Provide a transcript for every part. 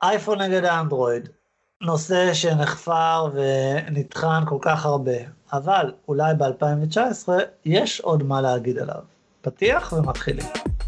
אייפון נגד אנדרואיד, נושא שנחפר ונטחן כל כך הרבה, אבל אולי ב-2019 יש עוד מה להגיד עליו. פתיח ומתחילים.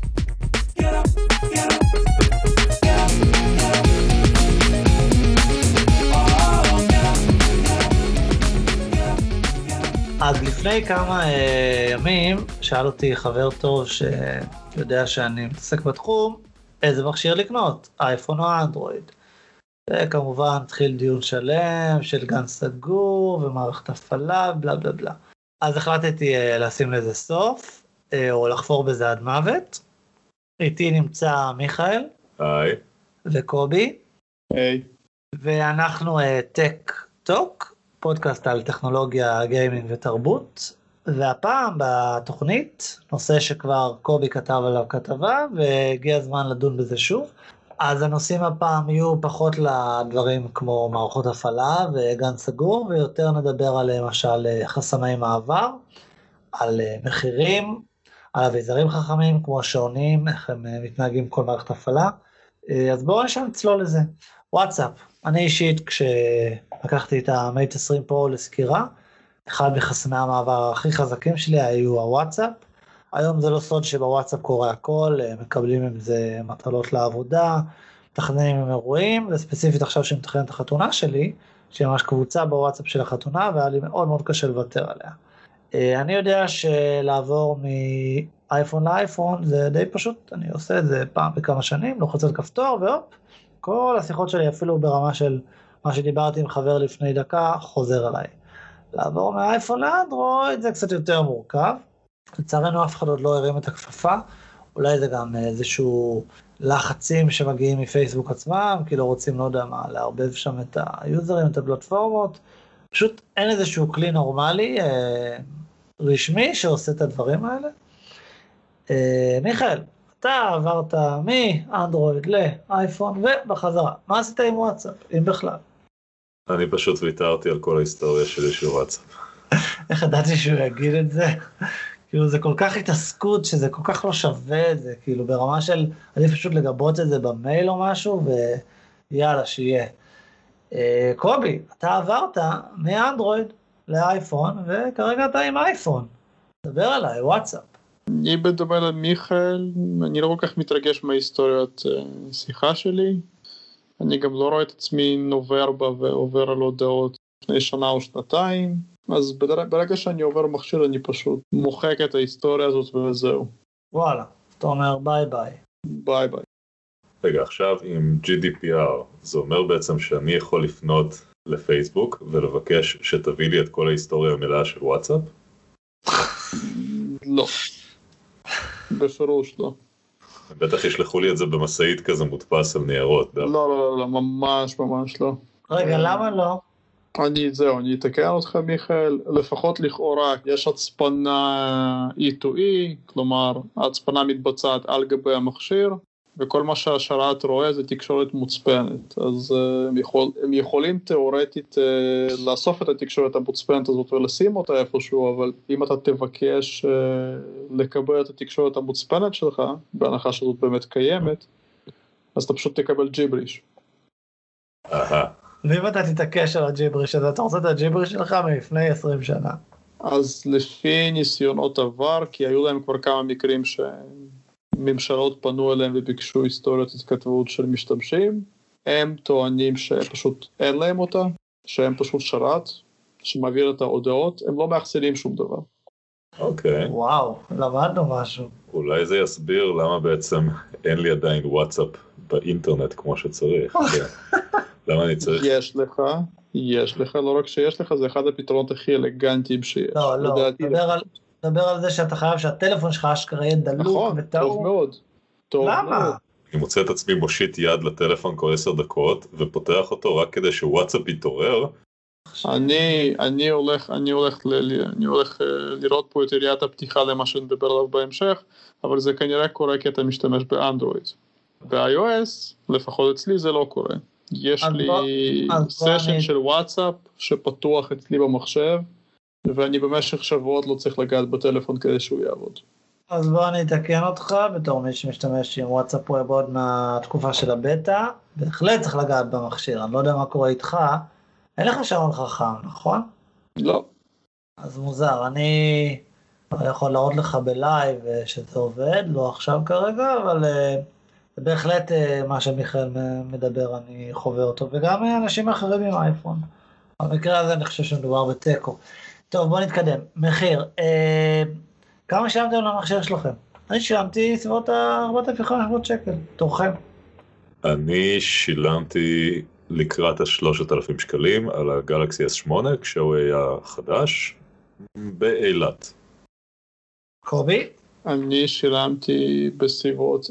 אז לפני כמה ימים שאל אותי חבר טוב שיודע שאני מתעסק בתחום, איזה מכשיר לקנות, אייפון או אנדרואיד. וכמובן התחיל דיון שלם של גן סגור ומערכת הפעלה בלה בלה בלה. אז החלטתי לשים לזה סוף, או לחפור בזה עד מוות. איתי נמצא מיכאל. היי. וקובי. היי. ואנחנו טק טוק, פודקאסט על טכנולוגיה, גיימינג ותרבות. והפעם בתוכנית, נושא שכבר קובי כתב עליו כתבה, והגיע הזמן לדון בזה שוב. אז הנושאים הפעם יהיו פחות לדברים כמו מערכות הפעלה וגן סגור, ויותר נדבר על למשל חסמי מעבר, על מחירים, על אביזרים חכמים כמו שעונים, איך הם מתנהגים כל מערכת הפעלה. אז בואו נצלול לזה. וואטסאפ, אני אישית כשלקחתי את המייט 20 פרו לסקירה, אחד מחסמי המעבר הכי חזקים שלי היו הוואטסאפ. היום זה לא סוד שבוואטסאפ קורה הכל, מקבלים עם זה מטלות לעבודה, מתכננים עם אירועים, וספציפית עכשיו שמתכנן את החתונה שלי, שהיא ממש קבוצה בוואטסאפ של החתונה, והיה לי מאוד מאוד קשה לוותר עליה. אני יודע שלעבור מאייפון לאייפון זה די פשוט, אני עושה את זה פעם בכמה שנים, לוחץ על כפתור והופ, כל השיחות שלי אפילו ברמה של מה שדיברתי עם חבר לפני דקה, חוזר עליי. לעבור מאייפון לאנדרואיד זה קצת יותר מורכב, לצערנו אף אחד עוד לא הרים את הכפפה, אולי זה גם איזשהו לחצים שמגיעים מפייסבוק עצמם, כי לא רוצים, לא יודע מה, לערבב שם את היוזרים, את הפלטפורמות, פשוט אין איזשהו כלי נורמלי, רשמי, שעושה את הדברים האלה. מיכאל, אתה עברת מאנדרואיד לאייפון ובחזרה, מה עשית עם וואטסאפ, אם בכלל? אני פשוט ויתרתי על כל ההיסטוריה שלי של וואטסאפ. איך ידעתי שהוא יגיד את זה? כאילו זה כל כך התעסקות שזה כל כך לא שווה את זה, כאילו ברמה של אני פשוט לגבות את זה במייל או משהו ויאללה שיהיה. קובי, אתה עברת מאנדרואיד לאייפון וכרגע אתה עם אייפון. דבר עליי, וואטסאפ. אני בדומה למיכאל, אני לא כל כך מתרגש מההיסטוריות שיחה שלי. אני גם לא רואה את עצמי נובר בה ועובר על הודעות לפני שנה או שנתיים. אז ברגע שאני עובר מכשיר אני פשוט מוחק את ההיסטוריה הזאת וזהו. וואלה, אתה אומר ביי ביי. ביי ביי. רגע, עכשיו עם GDPR, זה אומר בעצם שאני יכול לפנות לפייסבוק ולבקש שתביא לי את כל ההיסטוריה המלאה של וואטסאפ? לא. בפירוש לא. בטח ישלחו לי את זה במסעית כזה מודפס על ניירות. לא, ממש לא. רגע, למה לא? אני אתקן אותך מיכאל, לפחות לכאורה יש הצפנה E2E, כלומר ההצפנה מתבצעת על גבי המכשיר, וכל מה שהשרת רואה זה תקשורת מוצפנת, אז הם יכולים תיאורטית לאסוף את התקשורת המוצפנת הזאת ולשים אותה איפשהו, אבל אם אתה תבקש לקבל את התקשורת המוצפנת שלך, בהנחה שזאת באמת קיימת, אז אתה פשוט תקבל ג'יבריש. ואם אתה תתעקש על הג'יבריש, אז אתה רוצה את הג'יבריש שלך מלפני 20 שנה. אז לפי ניסיונות עבר, כי היו להם כבר כמה מקרים שממשלות פנו אליהם וביקשו היסטוריות התכתבות של משתמשים, הם טוענים שפשוט אין להם אותה, שהם פשוט שרת, שמעביר את ההודעות, הם לא מאחסנים שום דבר. אוקיי. וואו, למדנו משהו. אולי זה יסביר למה בעצם אין לי עדיין וואטסאפ באינטרנט כמו שצריך. למה אני צריך? יש לך, לא רק שיש לך, זה אחד הפתרונות הכי אלגנטיים שיש. לא, דבר על זה שאתה חייב שהטלפון שלך אשכרה יהיה דלוק נכון, וטעור. טוב מאוד. למה? אני מוצא את עצמי מושיט יד לטלפון כל 10 דקות, ופותח אותו רק כדי שוואטסאפ יתעורר. אני הולך לראות פה את יריית הפתיחה למה שנדבר עליו בהמשך, אבל זה כנראה קורה כי אתה משתמש באנדרואיד. ב-iOS, לפחות אצלי זה לא קורה. יש לי סשן של וואטסאפ שפתוח אצלי במחשב, ואני במשך שבועות לא צריך לגעת בטלפון כדי שהוא יעבוד. אז בוא אני אתקן אותך, בתור מי שמשתמש עם וואטסאפ ווב עוד מהתקופה של הבטא, בהחלט צריך לגעת במכשיר, אני לא יודע מה קורה איתך, אין לך שעון חכם, נכון? לא. אז מוזר, אני יכול להראות לך בלייב שזה עובד, לא עכשיו כרגע, אבל זה בהחלט מה שמיכאל מדבר, אני חווה אותו, וגם אנשים אחרים עם אייפון. במקרה הזה אני חושב שמדובר בטקו. טוב, בוא נתקדם. מחיר, כמה שילמתם למכשיר שלכם? אני שילמתי סביבות 4,500 שקל, תורכם. אני שילמתי לקראת ה-3,000 שקלים על הגלקסי S8 כשהוא היה חדש באילת. קובי? אני שילמתי בסביבות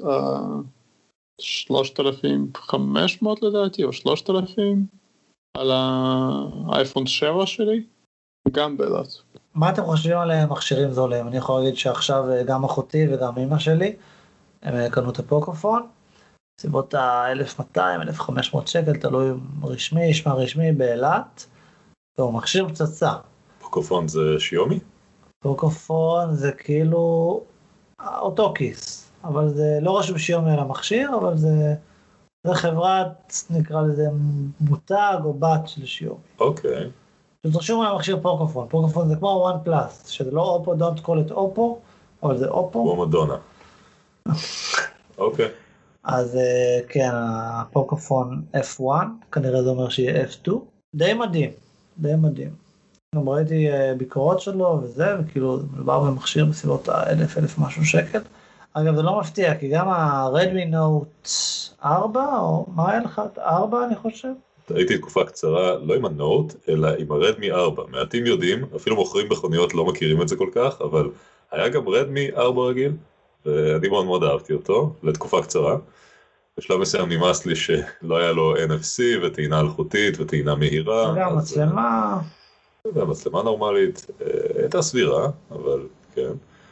3,500 לדעתי, או 3,000, על האייפון 7 שלי, גם באילת. מה אתם חושבים על מכשירים זולים? אני יכול להגיד שעכשיו גם אחותי וגם אמא שלי, הם קנו את הפוקופון, סביבות ה-1,200-1,500 שקל, תלוי רשמי, ישמע רשמי באילת, והוא מכשיר פצצה. פוקופון זה שיומי? פוקופון זה כאילו אותו כיס, אבל זה לא רשום שיומי על המכשיר, אבל זה חברת, נקרא לזה מותג או בת של שיומי. אוקיי. זה רשום על המכשיר פוקופון, פוקופון זה כמו וואן פלאס, שזה לא אופו, don't call it אופו, אבל זה אופו. כמו מדונה. אוקיי. אז כן, הפוקופון F1, כנראה זה אומר שיהיה F2, די מדהים, די מדהים. גם ראיתי ביקורות שלו וזה, וכאילו מדובר במכשיר בסביבות ה-1,000 משהו שקל. אגב, זה לא מפתיע, כי גם ה-Redmi Note 4, או מה היה לך? 4 אני חושב? הייתי תקופה קצרה, לא עם הנוט, אלא עם הרדמי 4. מעטים יודעים, אפילו מוכרים מכוניות לא מכירים את זה כל כך, אבל היה גם רדמי 4 רגיל, ואני מאוד מאוד אהבתי אותו, לתקופה קצרה. בשלב מסוים נמאס לי שלא היה לו NFC וטעינה אלחוטית וטעינה מהירה. וגם מצלמה. מצלמה נורמלית, הייתה סבירה, אבל כן.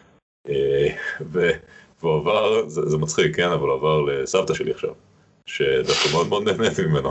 והוא עבר, זה מצחיק, כן, אבל הוא עבר לסבתא שלי עכשיו, שדווקא מאוד מאוד נהנית ממנו.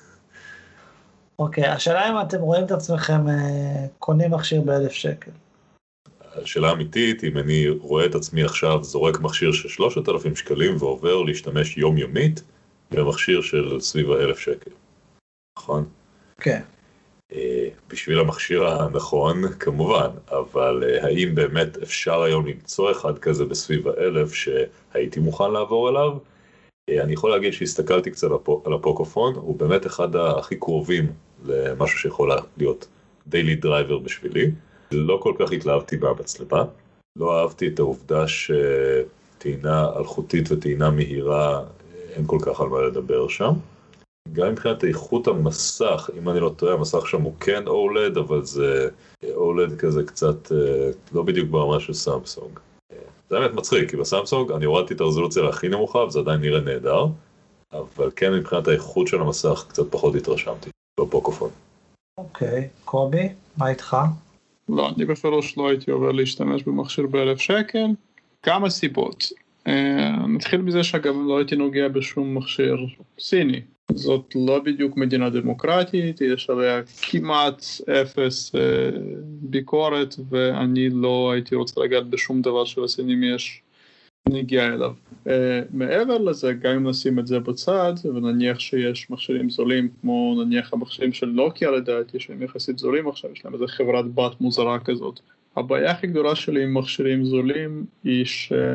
אוקיי, השאלה אם אתם רואים את עצמכם קונים מכשיר ב1,000 שקל. השאלה אמיתית, אם אני רואה את עצמי עכשיו זורק מכשיר של 3,000 שקלים ועובר להשתמש יומיומית במכשיר של סביב ה1,000 שקל. נכון? כן. בשביל המכשיר הנכון, כמובן, אבל האם באמת אפשר היום למצוא אחד כזה בסביב ה1,000 שהייתי מוכן לעבור אליו? אני יכול להגיד שהסתכלתי קצת על הפוקופון, הוא באמת אחד הכי קרובים למשהו שיכול להיות דיילי דרייבר בשבילי. לא כל כך התלהבתי מהמצלמה, לא אהבתי את העובדה שטעינה אלחוטית וטעינה מהירה, אין כל כך על מה לדבר שם. גם מבחינת איכות המסך, אם אני לא טועה, המסך שם הוא כן OLED, אבל זה OLED כזה קצת לא בדיוק ברמה של סמסונג. זה באמת מצחיק, כי בסמסונג אני הורדתי את הרזולוציה להכי נמוכה, וזה עדיין נראה נהדר, אבל כן מבחינת האיכות של המסך קצת פחות התרשמתי, בפוקופון. אוקיי, קובי, מה איתך? לא, אני בפירוש לא הייתי עובר להשתמש במכשיר ב1,000 שקל. כמה סיבות. נתחיל מזה שגם לא הייתי נוגע בשום מכשיר סיני. זאת לא בדיוק מדינה דמוקרטית, יש עליה כמעט אפס ביקורת, ואני לא הייתי רוצה לגעת בשום דבר שלסינים יש נגיעה אליו. מעבר לזה, גם אם נשים את זה בצד, ונניח שיש מכשירים זולים, כמו נניח המכשירים של נוקיה לדעתי, שהם יחסית זולים עכשיו, יש להם איזה חברת בת מוזרה כזאת. הבעיה הכי גדולה שלי עם מכשירים זולים, היא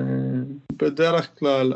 שבדרך כלל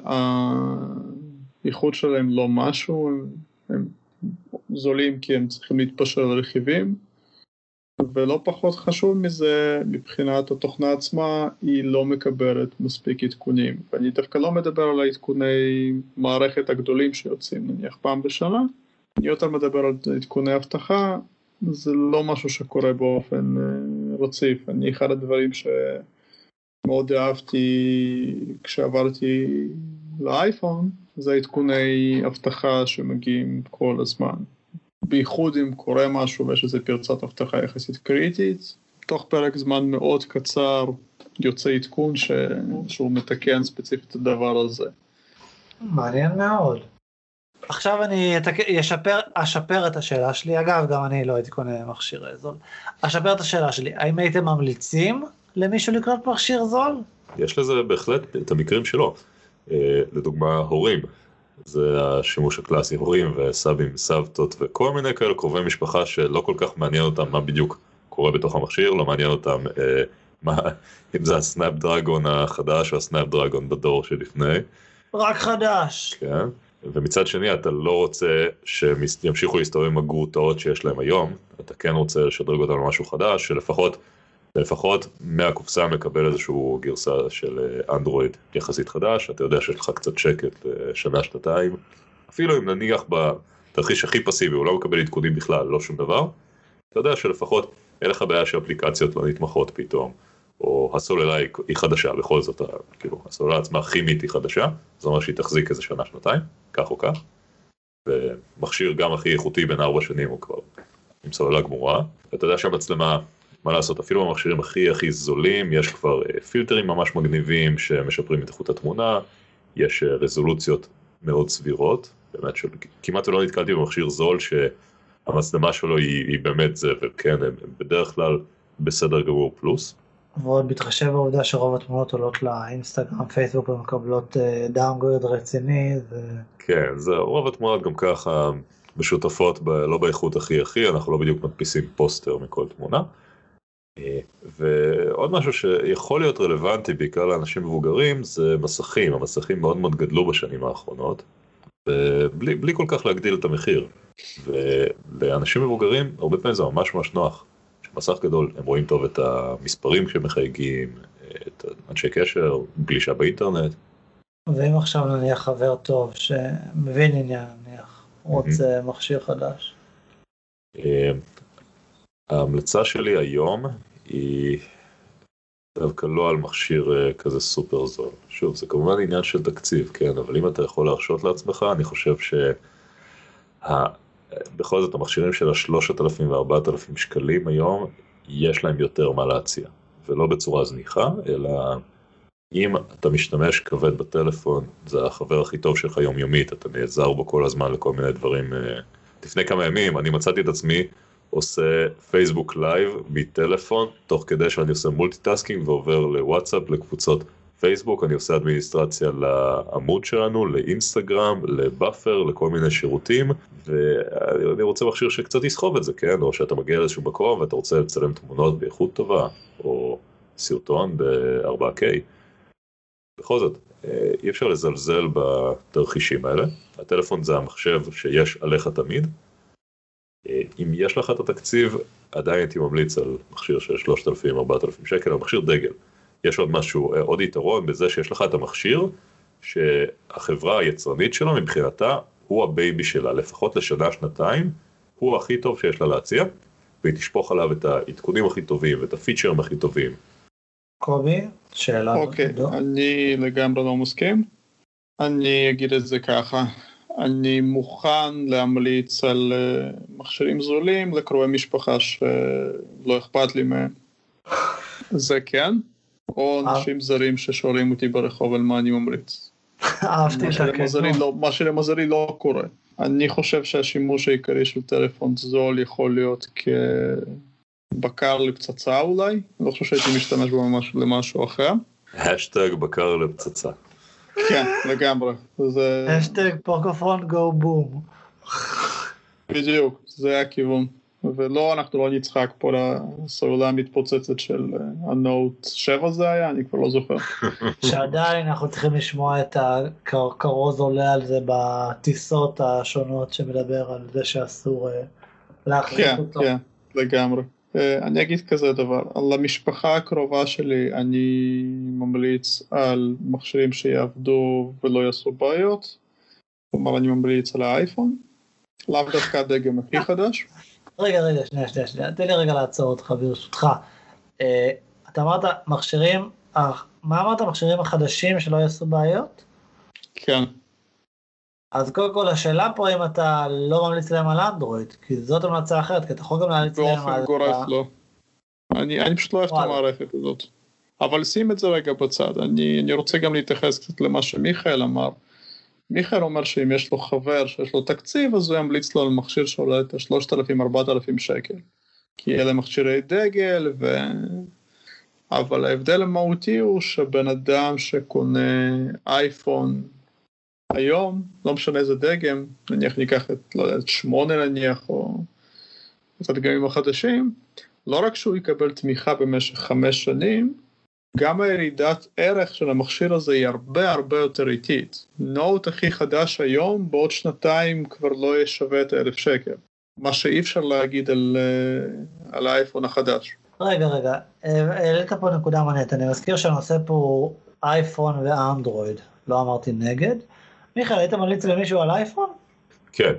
האיכות שלהם לא משהו, הם זולים כי הם צריכים להתפשר על רכיבים, ולא פחות חשוב מזה, מבחינת התוכנה עצמה, היא לא מקבלת מספיק עדכונים. ואני דווקא לא מדבר על העדכוני מערכת הגדולים שיוצאים, נניח פעם בשנה. אני יותר מדבר על עדכוני אבטחה, זה לא משהו שקורה באופן רציף. אני אחד הדברים שמאוד אהבתי כשעברתי לאייפון, זה עדכוני אבטחה שמגיעים כל הזמן. בייחוד אם קורה משהו ויש איזו פרצת אבטחה יחסית קריטית, תוך פרק זמן מאוד קצר יוצא עדכון שהוא מתקן ספציפית את הדבר הזה. מעניין מאוד. עכשיו אני אשפר את השאלה שלי, אגב גם אני לא הייתי קונה מכשיר זול. אשפר את השאלה שלי, האם הייתם ממליצים למישהו לקנות מכשיר זול? יש לזה בהחלט את המקרים שלו. לדוגמה, הורים. זה השימוש הקלאסי, הורים וסבים, סבתות וכל מיני כאלה קרובי משפחה שלא כל כך מעניין אותם מה בדיוק קורה בתוך המכשיר, לא מעניין אותם אם זה הסנאפ דרגון החדש או הסנאפ דרגון בדור שלפני. רק חדש. כן, ומצד שני אתה לא רוצה שהם ימשיכו להסתובב עם הגרוטאות שיש להם היום, אתה כן רוצה לשדרג אותם למשהו חדש, שלפחות מהקופסה מקבל איזשהו גרסה של אנדרואיד יחסית חדש, אתה יודע שיש לך קצת שקט שנה, שנתיים, אפילו אם נניח בתרחיש הכי פסיבי, הוא לא מקבל עדכונים בכלל, לא שום דבר, אתה יודע שלפחות אין לך בעיה שאפליקציות לא נתמכות פתאום, או הסוללה היא חדשה, בכל זאת, כאילו, הסוללה עצמה הכימית היא חדשה, זאת אומרת שהיא תחזיק איזה שנה, שנתיים, כך או כך, ומכשיר גם הכי איכותי בין 4 שנים הוא כבר עם סוללה גמורה, ואתה יודע שהמצלמה, מה לעשות, אפילו במכשירים הכי זולים, יש כבר פילטרים ממש מגניבים שמשפרים את איכות התמונה, יש רזולוציות מאוד סבירות, באמת שכמעט לא נתקלתי במכשיר זול שהמצלמה שלו היא באמת זה, וכן, בדרך כלל בסדר גמור פלוס. ועוד מתחשב בעובדה שרוב התמונות עולות לאינסטגרם, פייסבוק ומקבלות דאונגרד רציני. כן, זה רוב התמונות גם ככה משותפות, לא באיכות הכי, אנחנו לא בדיוק מדפיסים פוסטר מכל תמונה. ועוד משהו שיכול להיות רלוונטי בעיקר לאנשים מבוגרים זה מסכים, המסכים מאוד מאוד גדלו בשנים האחרונות, ובלי כל כך להגדיל את המחיר. ולאנשים מבוגרים הרבה פעמים זה ממש נוח. מסך גדול, הם רואים טוב את המספרים כשמחייגים, את אנשי קשר, גלישה באינטרנט. ואם עכשיו נניח חבר טוב שמבין עניין, נניח, רוצה מכשיר חדש? ההמלצה שלי היום היא דווקא לא על מכשיר כזה סופר זול. שוב, זה כמובן עניין של תקציב, כן, אבל אם אתה יכול להרשות לעצמך, אני חושב בכל זאת, המכשירים של 3,000 ו-4,000 שקלים היום, יש להם יותר מה להציע. ולא בצורה זניחה, אלא אם אתה משתמש כבד בטלפון, זה החבר הכי טוב שלך יומיומית, אתה נעזר בו כל הזמן לכל מיני דברים. לפני כמה ימים, אני מצאתי את עצמי, עושה פייסבוק לייב מטלפון, תוך כדי שאני עושה מולטיטאסקינג ועובר לוואטסאפ, לקבוצות פייסבוק, אני עושה אדמיניסטרציה לעמוד שלנו, לאינסטגרם, לבאפר, לכל מיני שירותים, ואני רוצה מכשיר שקצת יסחוב את זה, כן? או שאתה מגיע לאיזשהו מקום ואתה רוצה לצלם תמונות באיכות טובה, או סרטון ב-4K. בכל זאת, אי אפשר לזלזל בתרחישים האלה. הטלפון זה המחשב שיש עליך תמיד. אם יש לך את התקציב, עדיין הייתי ממליץ על מכשיר של 3,000-4,000 שקל, או מכשיר דגל. יש עוד משהו, עוד יתרון בזה שיש לך את המכשיר, שהחברה היצרנית שלו מבחינתה, הוא הבייבי שלה, לפחות לשנה, שנתיים, הוא הכי טוב שיש לה להציע, והיא תשפוך עליו את העדכונים הכי טובים, ואת הפיצ'רים הכי טובים. קובי, שאלה. אוקיי, אני לגמרי לא מסכים. אני אגיד את זה ככה, אני מוכן להמליץ על מכשירים זולים לקרובי משפחה שלא אכפת לי מהם. זה כן, או אנשים זרים ששואלים אותי ברחוב על מה אני ממליץ. אהבתי את הכנות. מה שלמזלי לא קורה. אני חושב שהשימוש העיקרי של טלפון זול יכול להיות כבקר לפצצה אולי, אני לא חושב שהייתי משתמש בו למשהו אחר. השטג בקר לפצצה. כן, לגמרי. השטג פוקופון גו בום. בדיוק, זה הכיוון. ולא, אנחנו לא נצחק פה לסוללה המתפוצצת של הנוט 7 זה היה, אני כבר לא זוכר. שעדיין אנחנו צריכים לשמוע את הכרוז עולה על זה בטיסות השונות שמדבר על זה שאסור להחליט אותו. כן, לגמרי. אני אגיד כזה דבר, על המשפחה הקרובה שלי אני ממליץ על מכשירים שיעבדו ולא יעשו בעיות, כלומר אני ממליץ על האייפון, לאו דווקא הדגם הכי חדש. רגע, שנייה, תן לי רגע לעצור אותך ברשותך. אתה אמרת מכשירים, מה אמרת מכשירים החדשים שלא יעשו בעיות? כן. אז קודם כל השאלה פה אם אתה לא ממליץ להם על אנדרואיד, כי זאת המלצה אחרת, כי אתה יכול גם להמליץ להם על... באופן גורף לא. אני פשוט לא אוהב את המערכת הזאת. אבל שים את זה רגע בצד, אני רוצה גם להתייחס קצת למה שמיכאל אמר. מיכאל אומר שאם יש לו חבר שיש לו תקציב, אז הוא ימליץ לו על מכשיר שעולה את 3,000-4,000 שקל. כי אלה מכשירי דגל, אבל ההבדל המהותי הוא שבן אדם שקונה אייפון היום, לא משנה איזה דגם, נניח ניקח את, לא יודע, 8 נניח, או את הדגמים החדשים, לא רק שהוא יקבל תמיכה במשך 5 שנים, גם הירידת ערך של המכשיר הזה היא הרבה יותר איטית. נוט הכי חדש היום, בעוד 2 כבר לא יהיה שווה את 1,000 שקל. מה שאי אפשר להגיד על האייפון החדש. רגע, העלית פה נקודה מעניינת, אני מזכיר שהנושא פה הוא אייפון ואנדרואיד, לא אמרתי נגד. מיכאל, היית ממליץ למישהו על אייפון? כן,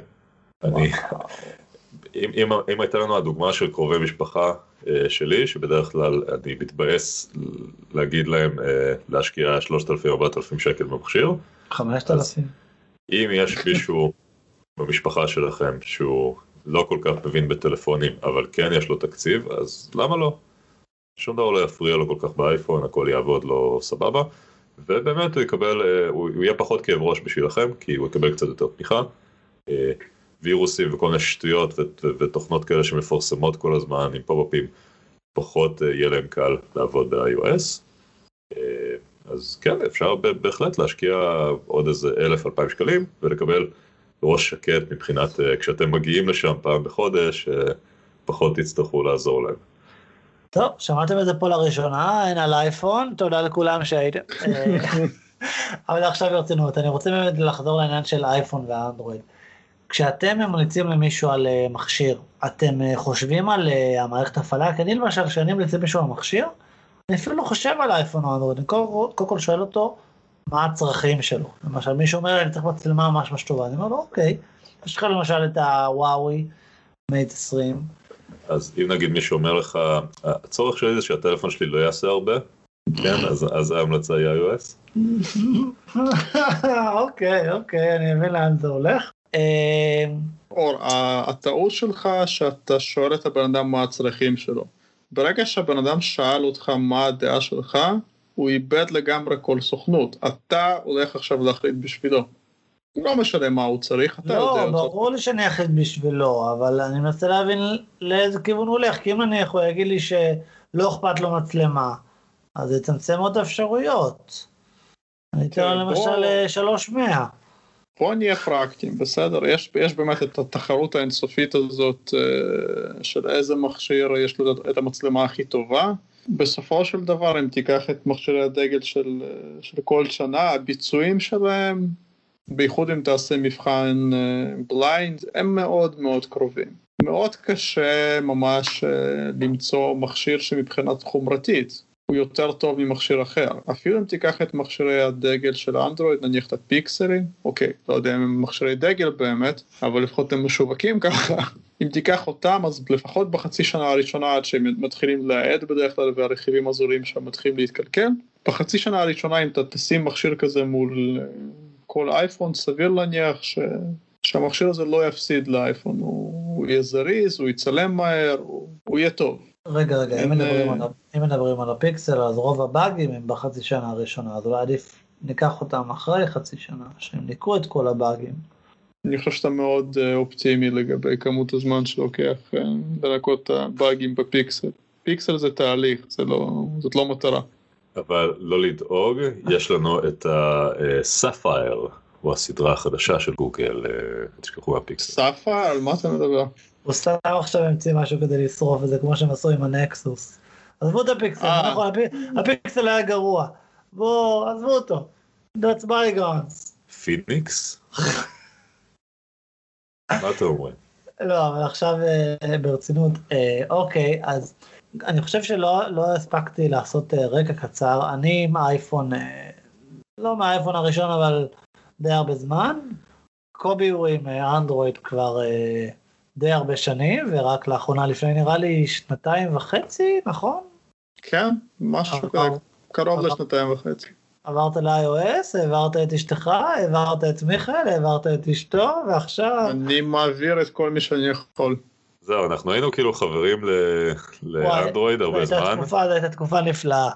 אם הייתה לנו הדוגמה של קרובי משפחה שלי, שבדרך כלל אני מתבאס להגיד להם להשקיע 3,000-4,000 שקל במכשיר. 5,000. אם יש מישהו במשפחה שלכם שהוא לא כל כך מבין בטלפונים, אבל כן יש לו תקציב, אז למה לא? שום דבר לא יפריע לו כל כך באייפון, הכל יעבוד לו סבבה, ובאמת הוא יקבל, הוא יהיה פחות כאב ראש בשבילכם, כי הוא יקבל קצת יותר תמיכה, וירוסים וכל מיני שטויות ותוכנות כאלה שמפורסמות כל הזמן עם פופ-אפים, פחות יהיה להם קל לעבוד ב-iOS. אז כן, אפשר בהחלט להשקיע עוד איזה 1,000-2,000 שקלים, ולקבל ראש שקט מבחינת, כשאתם מגיעים לשם פעם בחודש, פחות תצטרכו לעזור להם. טוב, שמעתם את זה פה לראשונה, אין על אייפון, תודה לכולם שהייתם. אבל עכשיו ברצינות, אני רוצה באמת לחזור לעניין של אייפון ואנדרואיד. כשאתם ממליצים למישהו על מכשיר, אתם חושבים על המערכת הפעלה? כי אני למשל, כשאני ממליצים למישהו על מכשיר, אני אפילו לא חושב על אייפון או אנדרואיד, אני קודם כל שואל אותו, מה הצרכים שלו. למשל, מישהו אומר, אני צריך מצלמה ממש טובה, אני אומר לו, אוקיי, יש לך למשל את הוואוי, מייט 20. אז אם נגיד מישהו אומר לך, הצורך שלי זה שהטלפון שלי לא יעשה הרבה, כן, אז ההמלצה היא iOS. אוקיי, אני מבין לאן זה הולך. אור, הטעות שלך שאתה שואל את הבן אדם מה הצרכים שלו. ברגע שהבן אדם שאל אותך מה הדעה שלך, הוא איבד לגמרי כל סוכנות. אתה הולך עכשיו להחליט בשבילו. לא משנה מה הוא צריך, אתה יודע. לא, ברור לי שאני אחליט בשבילו, אבל אני מנסה להבין לאיזה כיוון הוא הולך, כי אם נניח הוא יגיד לי שלא אכפת לו מצלמה, אז זה יצמצם עוד אפשרויות. אני אתן למשל 300. בוא נהיה פרקטיים, בסדר? יש באמת את התחרות האינסופית הזאת של איזה מכשיר יש לו את המצלמה הכי טובה. בסופו של דבר, אם תיקח את מכשירי הדגל של כל שנה, הביצועים שלהם, בייחוד אם תעשה מבחן בליינד, הם מאוד קרובים. מאוד קשה ממש למצוא מכשיר שמבחינת חומרתית הוא יותר טוב ממכשיר אחר. אפילו אם תיקח את מכשירי הדגל של אנדרואיד, נניח את הפיקסלים, אוקיי, לא יודע אם הם מכשירי דגל באמת, אבל לפחות הם משווקים ככה. אם תיקח אותם, אז לפחות בחצי שנה הראשונה, עד שהם מתחילים להעד בדרך כלל, והרכיבים הזולים שם מתחילים להתקלקל, בחצי שנה הראשונה, אם אתה תשים מכשיר כזה מול כל אייפון, סביר להניח שהמכשיר הזה לא יפסיד לאייפון, הוא יהיה זריז, הוא יצלם מהר, הוא יהיה טוב. רגע, אם מדברים על הפיקסל, אז רוב הבאגים הם בחצי שנה הראשונה, אז אולי עדיף ניקח אותם אחרי חצי שנה, שהם ניקו את כל הבאגים. אני חושב שאתה מאוד אופטימי לגבי כמות הזמן שלוקח לנקות את הבאגים בפיקסל. פיקסל זה תהליך, זאת לא מטרה. אבל לא לדאוג, יש לנו את הסאפייר, או הסדרה החדשה של גוגל, תשכחו מהפיקסל. סאפייר? על מה אתה מדבר? הוא סתם עכשיו המציא משהו כדי לשרוף את זה, כמו שהם עשו עם הנקסוס. עזבו את הפיקסל, הפיקסל היה גרוע. בואו, עזבו אותו. That's bygones. פיניקס? מה אתה אומר? לא, אבל עכשיו ברצינות, אוקיי, אז אני חושב שלא הספקתי לעשות רקע קצר. אני עם האייפון, לא מהאייפון הראשון, אבל די הרבה זמן. קובי הוא עם אנדרואיד כבר די הרבה שנים, ורק לאחרונה לפני נראה לי 2.5, נכון? כן, משהו קרוב ל2.5. עברת ל-iOS, העברת את אשתך, העברת את מיכאל, העברת את אשתו, ועכשיו... אני מעביר את כל מי שאני יכול. זהו, אנחנו היינו כאילו חברים לאנדרואיד הרבה זמן. זו הייתה תקופה נפלאה.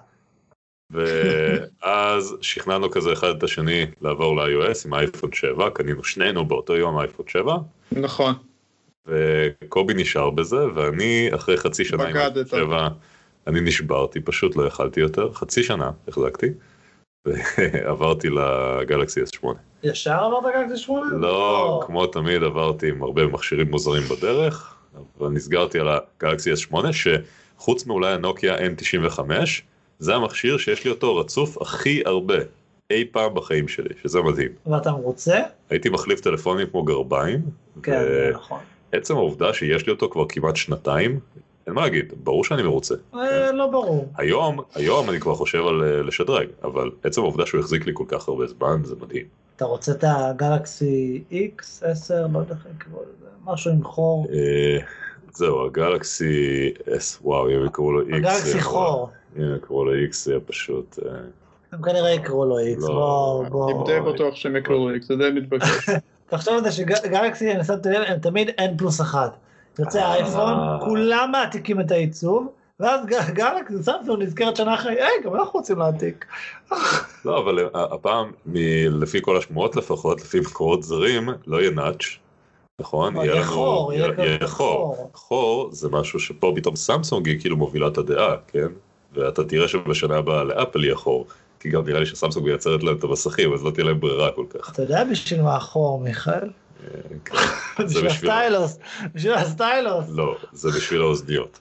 ואז שכנענו כזה אחד את השני לעבור ל-iOS עם האייפון 7, קנינו שנינו באותו יום האייפון 7. נכון. וקובי נשאר בזה, ואני אחרי חצי שנה עם האייפון 7, אני נשברתי, פשוט לא יכלתי יותר, חצי שנה החזקתי, ועברתי לגלקסי S8. ישר עברת גלקסי 8? לא, כמו תמיד עברתי עם הרבה מכשירים מוזרים בדרך, אבל נסגרתי על הגלקסי S8, שחוץ מאולי הנוקיה N95, זה המכשיר שיש לי אותו רצוף הכי הרבה אי פעם בחיים שלי, שזה מדהים. ואתה מרוצה? הייתי מחליף טלפונים כמו גרביים, כן, נכון. עצם העובדה שיש לי אותו כבר כמעט שנתיים, אין מה להגיד, ברור שאני מרוצה. לא ברור. היום אני כבר חושב על לשדרג, אבל עצם העובדה שהוא החזיק לי כל כך הרבה זמן, זה מדהים. אתה רוצה את הגלקסי X10, לא יודע איך לקרוא לזה, משהו עם חור. זהו, הגלקסי S, וואו, אם יקראו לו X. הגלקסי חור. אם יקראו לו X, זה פשוט... הם כנראה יקראו לו X, בוא. אני די בטוח שהם יקראו לו X, זה די מתבקש. תחשוב על זה שגלקסי, הם תמיד N+1. יוצא האייפון, כולם מעתיקים את העיצוב, ואז גלקסי, סמסונג נזכרת שנה אחרי, גם אנחנו רוצים להעתיק. לא, אבל הפעם, לפי כל השמועות לפחות, לפי מקורות זרים, לא יהיה נאץ', נכון? יהיה חור, יהיה חור. חור זה משהו שפה פתאום סמסונג היא כאילו מובילה את הדעה, כן? ואתה תראה שבשנה הבאה לאפל יהיה חור, כי גם נראה לי שסמסונג מייצרת להם את המסכים, אז לא תהיה להם ברירה כל כך. אתה יודע בשביל מה החור, מיכאל? בשביל הסטיילוס. בשביל הסטיילוס. לא, זה בשביל האוזניות.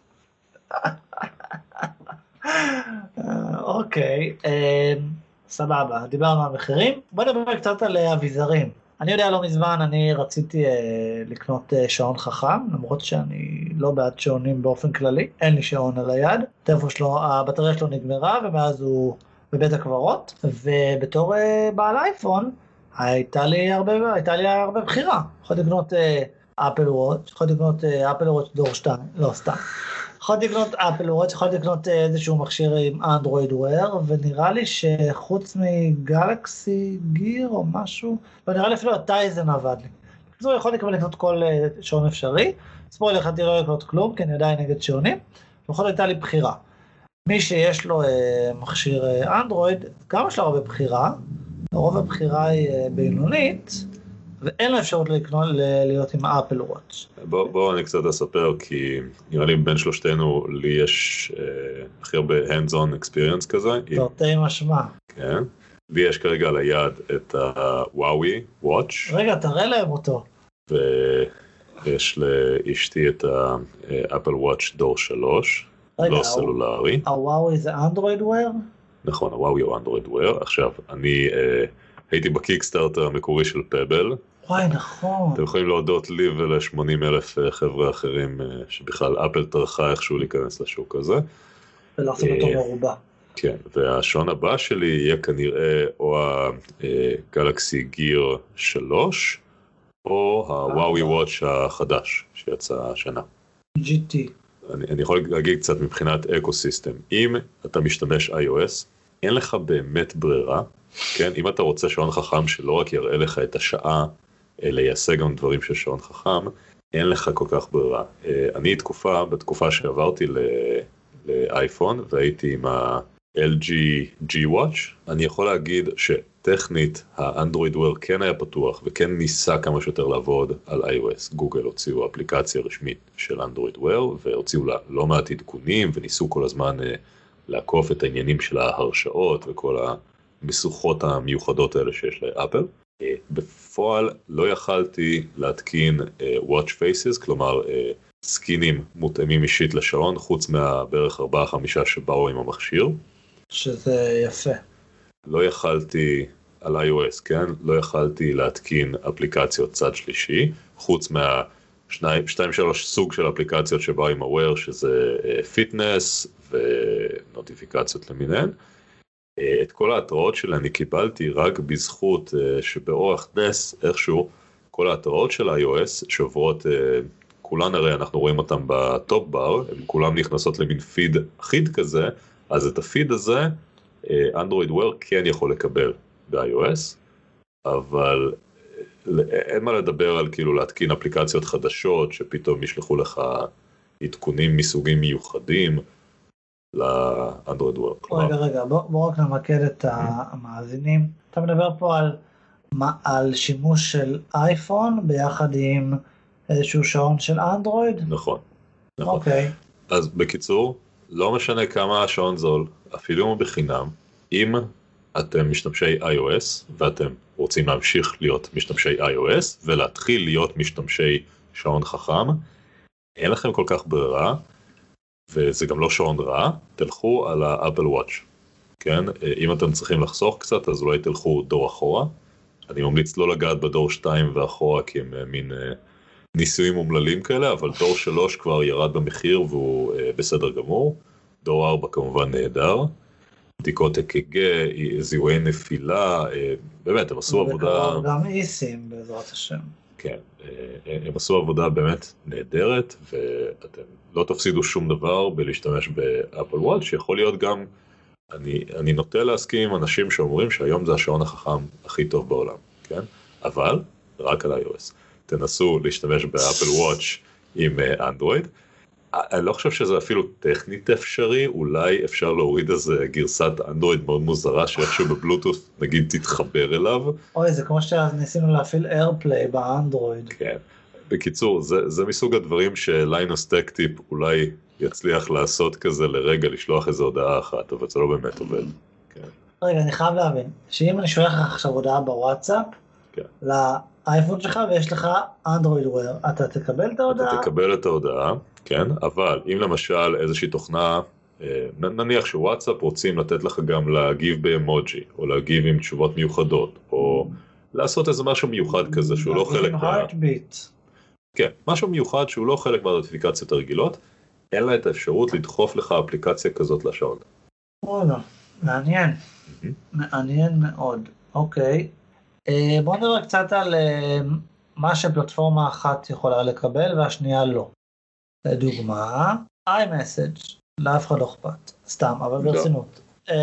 אוקיי, סבבה, דיברנו על מחירים. בוא נדבר קצת על אביזרים. אני יודע לא מזמן, אני רציתי לקנות שעון חכם, למרות שאני לא בעד שעונים באופן כללי, אין לי שעון על היד, הטלפון שלו, הבטריה שלו נגמרה, ומאז הוא בבית הקברות, ובתור בעל אייפון, הייתה לי הרבה בחירה. יכולתי לקנות אפל וואץ', יכולתי לקנות אפל וואץ' דור 2, לא סתם. יכולתי לקנות אפל וואץ', יכולתי לקנות איזשהו מכשיר עם אנדרואיד וויר, ונראה לי שחוץ מגלקסי גיר או משהו, ונראה לי אפילו הטייזן עבד לי. זו יכולתי כבר לקנות כל שעון אפשרי, ספור לי יכולתי לא לקנות כלום, כי אני עדיין נגד שעונים, ובכל הייתה לי בחירה. מי שיש לו מכשיר אנדרואיד, גם יש לו הרבה בחירה, רוב הבחירה היא בינונית, ואין לו אפשרות להיות עם אפל וואץ'. בואו אני קצת אספר, כי נראה לי בין שלושתנו, לי יש הכי הרבה hands-on experience כזה. תרתי משמע. כן. לי יש כרגע על היד את הוואוי וואץ'. רגע, תראה להם אותו. ויש לאשתי את האפל וואץ' דור 3, לא סלולרי. הוואוי זה אנדרואיד וויר? נכון, הוואוי הוא אנדרואיד וויר. עכשיו, אני הייתי בקיקסטארטר המקורי של פבל. וואי, נכון. אתם יכולים להודות לי ול-80,000 חבר'ה אחרים שבכלל אפל טרחה איכשהו להיכנס לשוק הזה. ולעשות אותו מרובה. כן, והשעון הבא שלי יהיה כנראה או הגלקסי גיר 3, או הוואוי וואץ' החדש שיצא השנה. GT. אני יכול להגיד קצת מבחינת אקוסיסטם. אם אתה משתמש iOS, אין לך באמת ברירה, כן? אם אתה רוצה שעון חכם שלא רק יראה לך את השעה, אלא יעשה גם דברים של שעון חכם, אין לך כל כך ברירה. אני בתקופה שעברתי לאייפון, והייתי עם ה-LG G-Watch, אני יכול להגיד שטכנית האנדרואיד וויר כן היה פתוח, וכן ניסה כמה שיותר לעבוד על iOS. גוגל הוציאו אפליקציה רשמית של אנדרואיד וויר, והוציאו לה לא מעט עדכונים, וניסו כל הזמן לעקוף את העניינים של ההרשאות, וכל המסוכות המיוחדות האלה שיש לאפל. בפועל לא יכלתי להתקין watch faces, כלומר סקינים מותאמים אישית לשעון, חוץ מהבערך 4-5 שבאו עם המכשיר. שזה יפה. לא יכלתי על iOS, כן? לא יכלתי להתקין אפליקציות צד שלישי, חוץ מה-2-3 סוג של אפליקציות שבאו עם Aware, שזה פיטנס ונוטיפיקציות למיניהן. את כל ההתראות שלה אני קיבלתי רק בזכות שבאורח נס איכשהו כל ההתראות של iOS שעוברות, כולן הרי אנחנו רואים אותן בטופ בר, הן כולן נכנסות למין פיד אחיד כזה, אז את הפיד הזה אנדרואיד וויר כן יכול לקבל ב-iOS, אבל אין מה לדבר על כאילו להתקין אפליקציות חדשות שפתאום ישלחו לך עדכונים מסוגים מיוחדים לאנדרואיד וויר. רגע, בוא רק נמקד את המאזינים. אתה מדבר פה על שימוש של אייפון ביחד עם איזשהו שעון של אנדרואיד? נכון. אוקיי. אז בקיצור, לא משנה כמה השעון זול, אפילו אם הוא בחינם, אם אתם משתמשי iOS, ואתם רוצים להמשיך להיות משתמשי iOS, ולהתחיל להיות משתמשי שעון חכם, אין לכם כל כך ברירה, וזה גם לא שעון רע, תלכו על האפל וואץ'. כן? אם אתם צריכים לחסוך קצת, אז אולי תלכו דור אחורה. אני ממליץ לא לגעת בדור 2 ואחורה, כי הם מין ניסויים אומללים כאלה, אבל דור 3 כבר ירד במחיר והוא בסדר גמור. דור 4 כמובן נהדר. בדיקות אק"ג, זיהוי נפילה, באמת, הם עשו עבודה... גם איסים בעזרת השם. כן, הם עשו עבודה באמת נהדרת, ואתם לא תפסידו שום דבר בלהשתמש באפל וואץ', שיכול להיות גם, אני נוטה להסכים עם אנשים שאומרים שהיום זה השעון החכם הכי טוב בעולם, כן? אבל רק על iOS. תנסו להשתמש באפל וואץ' עם אנדרואיד. אני לא חושב שזה אפילו טכנית אפשרי, אולי אפשר להוריד איזה גרסת אנדרואיד מאוד מוזרה שאיכשהו בבלוטות' נגיד תתחבר אליו. אוי, זה כמו שניסינו להפעיל איירפליי באנדרואיד. כן, בקיצור, זה מסוג הדברים שליינוס טק טיפ אולי יצליח לעשות כזה לרגע, לשלוח איזו הודעה אחת, אבל זה לא באמת עובד. כן. רגע, אני חייב להבין, שאם אני שולח לך עכשיו הודעה בוואטסאפ, כן. לאייפון שלך ויש לך אנדרואיד וויר, אתה תקבל את ההודעה? אתה תקבל את ההודעה, כן, אבל אם למשל איזושהי תוכנה, נניח שוואטסאפ רוצים לתת לך גם להגיב באמוג'י, או להגיב עם תשובות מיוחדות, או לעשות איזה משהו מיוחד כזה שהוא לא חלק כן, משהו מיוחד שהוא לא חלק מהנוטיפיקציות הרגילות, אין לה את האפשרות לדחוף לך אפליקציה כזאת לשעון. מעניין, מעניין מאוד, אוקיי. בואו נראה קצת על מה שפלטפורמה אחת יכולה לקבל והשנייה לא. לדוגמה, iMessage, לאף אחד לא אכפת, סתם, אבל ברצינות.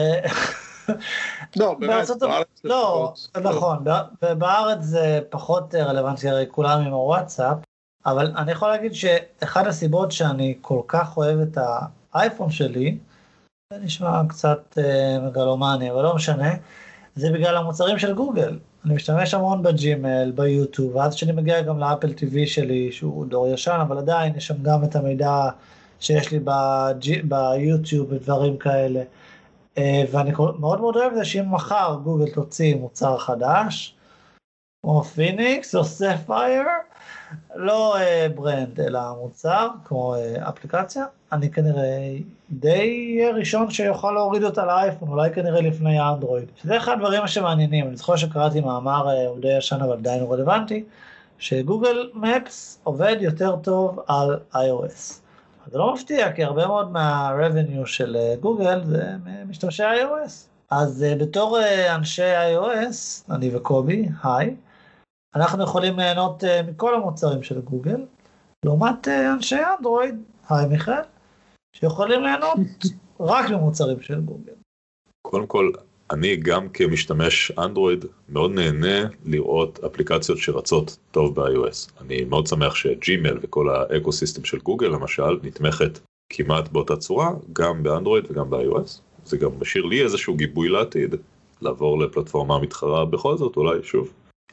לא, באמת, בארץ זה פחות. נכון, בארץ זה פחות רלוונטי, הרי כולם עם הוואטסאפ, אבל אני יכול להגיד שאחד הסיבות שאני כל כך אוהב את האייפון שלי, זה נשמע קצת מגלומני, אבל לא משנה, זה בגלל המוצרים של גוגל. אני משתמש המון בג'ימל, ביוטיוב, ואז שאני מגיע גם לאפל TV שלי, שהוא דור ישן, אבל עדיין יש שם גם את המידע שיש לי ביוטיוב ודברים כאלה. ואני מאוד מאוד אוהב זה שאם מחר גוגל תוציא מוצר חדש, כמו פיניקס או ספייר, לא ברנד אלא מוצר, כמו אפליקציה, אני כנראה די ראשון שיוכל להוריד אותה לאייפון, אולי כנראה לפני האנדרואיד. שזה אחד הדברים שמעניינים, אני זוכר שקראתי מאמר הוא די ישן אבל עדיין הוא רלוונטי, שגוגל מפס עובד יותר טוב על iOS. זה לא מפתיע, כי הרבה מאוד מה-revenue של גוגל זה משתמשי iOS. אז בתור אנשי iOS, אני וקובי, היי, אנחנו יכולים ליהנות מכל המוצרים של גוגל, לעומת אנשי אנדרואיד, היי מיכאל, שיכולים ליהנות רק ממוצרים של גוגל. קודם כל, אני גם כמשתמש אנדרואיד מאוד נהנה לראות אפליקציות שרצות טוב ב-iOS. אני מאוד שמח שג'ימל וכל האקוסיסטם של גוגל למשל נתמכת כמעט באותה צורה, גם באנדרואיד וגם ב-iOS. זה גם משאיר לי איזשהו גיבוי לעתיד, לעבור לפלטפורמה מתחרה בכל זאת, אולי שוב.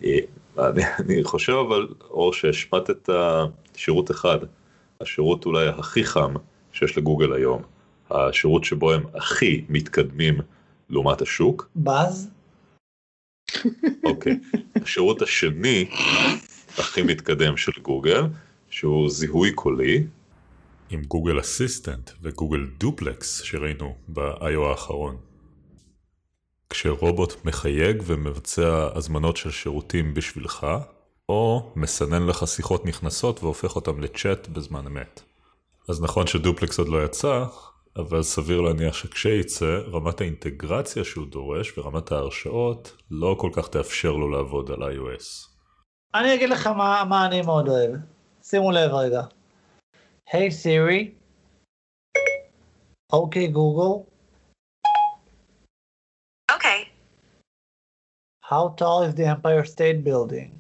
אני חושב אבל, אור, שהשפט את השירות אחד, השירות אולי הכי חם שיש לגוגל היום, השירות שבו הם הכי מתקדמים לעומת השוק. באז? אוקיי. השירות השני הכי מתקדם של גוגל, שהוא זיהוי קולי. עם גוגל אסיסטנט וגוגל דופלקס שראינו ב-IO האחרון. כשרובוט מחייג ומבצע הזמנות של שירותים בשבילך, או מסנן לך שיחות נכנסות והופך אותם לצ'אט בזמן אמת. אז נכון שדופלקס עוד לא יצא, אבל סביר להניח שכשיצא, רמת האינטגרציה שהוא דורש ורמת ההרשאות לא כל כך תאפשר לו לעבוד על iOS. אני אגיד לך מה אני מאוד אוהב. שימו לב רגע. Hey Siri. Okay Google. Okay. How tall is the Empire State Building?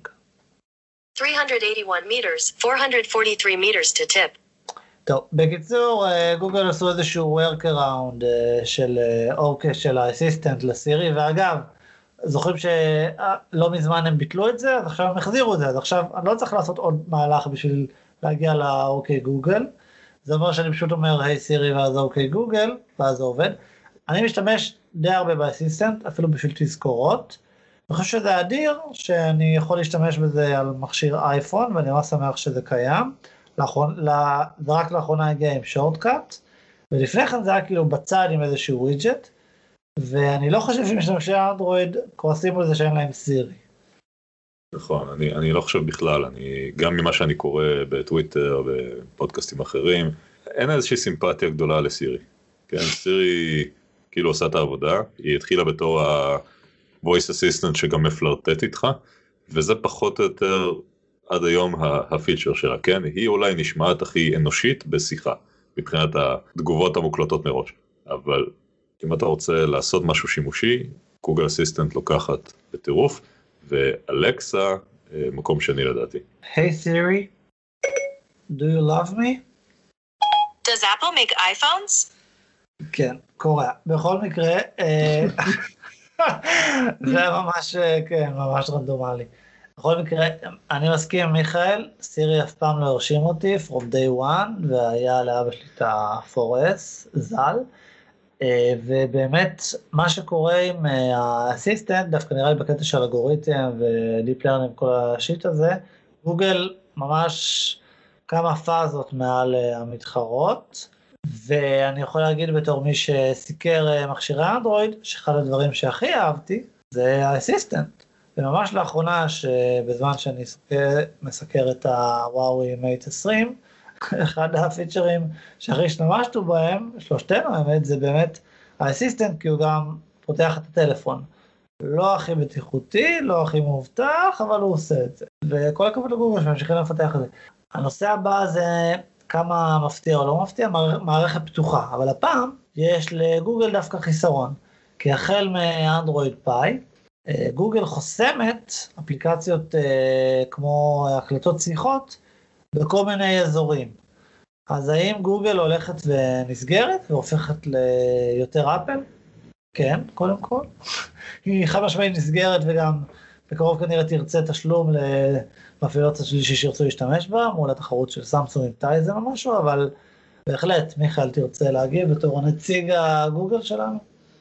381 meters, 443 meters to tip. טוב, בקיצור, גוגל עשו איזשהו workaround של האסיסטנט לסירי, ואגב, זוכרים שלא מזמן הם ביטלו את זה, אז עכשיו הם החזירו את זה, אז עכשיו אני לא צריך לעשות עוד מהלך בשביל להגיע לאוקיי גוגל, זה אומר שאני פשוט אומר, היי סירי, ואז אוקיי גוגל, ואז זה עובד. אני משתמש די הרבה באסיסטנט, אפילו בשביל תזכורות. אני חושב שזה אדיר, שאני יכול להשתמש בזה על מכשיר אייפון, ואני ממש שמח שזה קיים. זה רק לאחרונה הגיע עם שורטקאט, ולפני כן זה היה כאילו בצד עם איזשהו ווידג'ט, ואני לא חושב שמשתמשי אנדרואיד כועסים על זה שאין להם סירי. נכון, אני לא חושב בכלל, גם ממה שאני קורא בטוויטר, בפודקאסטים אחרים, אין איזושהי סימפתיה גדולה לסירי. כן, סירי כאילו עושה את העבודה, היא התחילה בתור ה-voice assistant שגם מפלרטט איתך, וזה פחות או יותר עד היום הפיצ'ר שלה, כן? היא אולי נשמעת הכי אנושית בשיחה, מבחינת התגובות המוקלטות מראש. אבל אם אתה רוצה לעשות משהו שימושי, גוגל אסיסטנט לוקחת בטירוף, ואלקסה מקום שני לדעתי. Hey Siri, do you love me? Does Apple make iPhones? כן, קורה. בכל מקרה, זה ממש, כן, ממש רנדומלי. בכל מקרה, אני מסכים עם מיכאל, סירי אף פעם לא הרשים אותי, from day one, והיה לאבא שלי את ה-4S, זל, ובאמת, מה שקורה עם האסיסטנט, דווקא נראה לי בקטע של אלגוריתם ודיפ לרנינג, כל השיט הזה, גוגל ממש כמה פאזות מעל המתחרות, ואני יכול להגיד בתור מי שסיקר מכשירי אנדרואיד, שאחד הדברים שהכי אהבתי, זה האסיסטנט. וממש לאחרונה, שבזמן שאני מסקר את הוואוי מייט 20, אחד הפיצ'רים שהכי השתמשנו בהם, שלושתנו האמת, זה באמת האסיסטנט, כי הוא גם פותח את הטלפון. לא הכי בטיחותי, לא הכי מובטח, אבל הוא עושה את זה. וכל הכבוד לגוגל שממשיכים לפתח את זה. הנושא הבא זה כמה מפתיע או לא מפתיע, מערכת פתוחה. אבל הפעם יש לגוגל דווקא חיסרון. כי החל מאנדרואיד פאי, גוגל חוסמת אפליקציות כמו הקלטות שיחות בכל מיני אזורים. אז האם גוגל הולכת ונסגרת והופכת ליותר אפל? כן, קודם כל. היא חד משמעית נסגרת וגם בקרוב כנראה תרצה תשלום למפעילות השלישי שירצו להשתמש בה, מול התחרות של סמסונג עם טייזן או משהו, אבל בהחלט, מיכאל תרצה להגיב בתור הנציג הגוגל שלנו?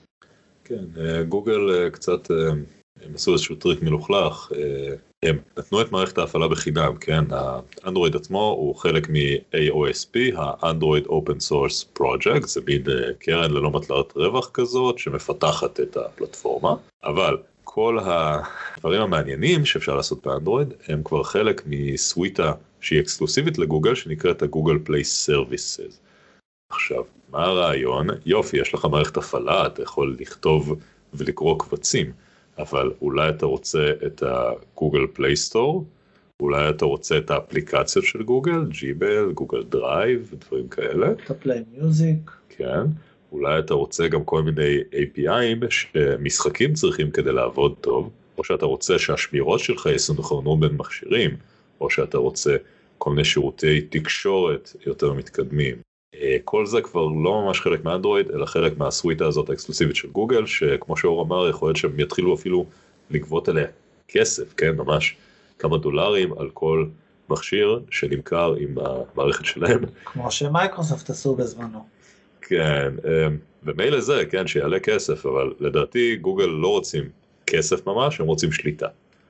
כן, גוגל קצת, הם עשו איזשהו טריק מלוכלך, הם נתנו את מערכת ההפעלה בחינם, כן? האנדרואיד עצמו הוא חלק מ-AOSP, ה-Android Open Source Project, זה מין קרן ללא מטלת רווח כזאת, שמפתחת את הפלטפורמה, אבל כל הדברים המעניינים שאפשר לעשות באנדרואיד, הם כבר חלק מסוויטה שהיא אקסקלוסיבית לגוגל, שנקראת הגוגל פליי סרוויסס. עכשיו, מה הרעיון? יופי, יש לך מערכת הפעלה, אתה יכול לכתוב ולקרוא קבצים, אבל אולי אתה רוצה את הגוגל פליי סטור, אולי אתה רוצה את האפליקציות של גוגל, ג'ימייל, גוגל דרייב ודברים כאלה. את הפליי מיוזיק. כן, אולי אתה רוצה גם כל מיני API'ים שמשחקים צריכים כדי לעבוד טוב, או שאתה רוצה שהשמירות שלך יסונכרנו בין מכשירים, או שאתה רוצה כל מיני שירותי תקשורת יותר מתקדמים. כל זה כבר לא ממש חלק מאנדרואיד, אלא חלק מהסוויטה הזאת האקסקלוסיבית של גוגל, שכמו שאור אמר, יכול להיות שהם יתחילו אפילו לגבות עליה כסף, כן, ממש כמה דולרים על כל מכשיר שנמכר עם המערכת שלהם. כמו שמייקרוסופט עשו בזמנו. כן, ומילא זה, כן, שיעלה כסף, אבל לדעתי גוגל לא רוצים כסף ממש, הם רוצים שליטה.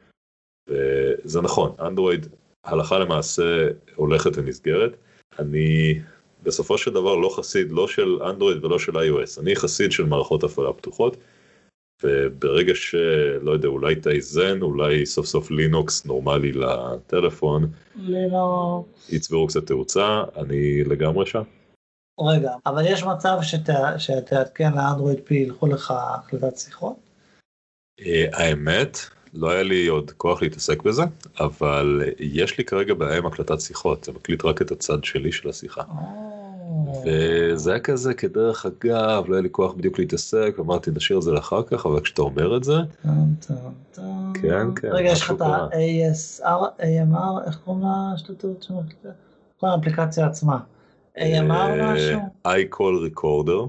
וזה נכון, אנדרואיד הלכה למעשה הולכת ונסגרת. אני בסופו של דבר לא חסיד, לא של אנדרואיד ולא של iOS, אני חסיד של מערכות הפעלה פתוחות, וברגע שלא יודע, אולי תאיזן, אולי סוף סוף לינוקס נורמלי לטלפון, יצברו קצת תאוצה, אני לגמרי שם. רגע, אבל יש מצב שתעדכן לאנדרואיד פי, ילכו לך הקלטת שיחות? האמת, לא היה לי עוד כוח להתעסק בזה, אבל יש לי כרגע בעיה עם הקלטת שיחות, זה מקליט רק את הצד שלי של השיחה. וזה היה כזה כדרך אגב, לא היה לי כוח בדיוק להתעסק, אמרתי נשאיר את זה לאחר כך, אבל כשאתה אומר את זה, כן, כן. רגע, יש לך את ה-ASR, AMR, איך קוראים לה השתתות שמקליטה? כל האפליקציה עצמה. AMR משהו? iCall Recorder.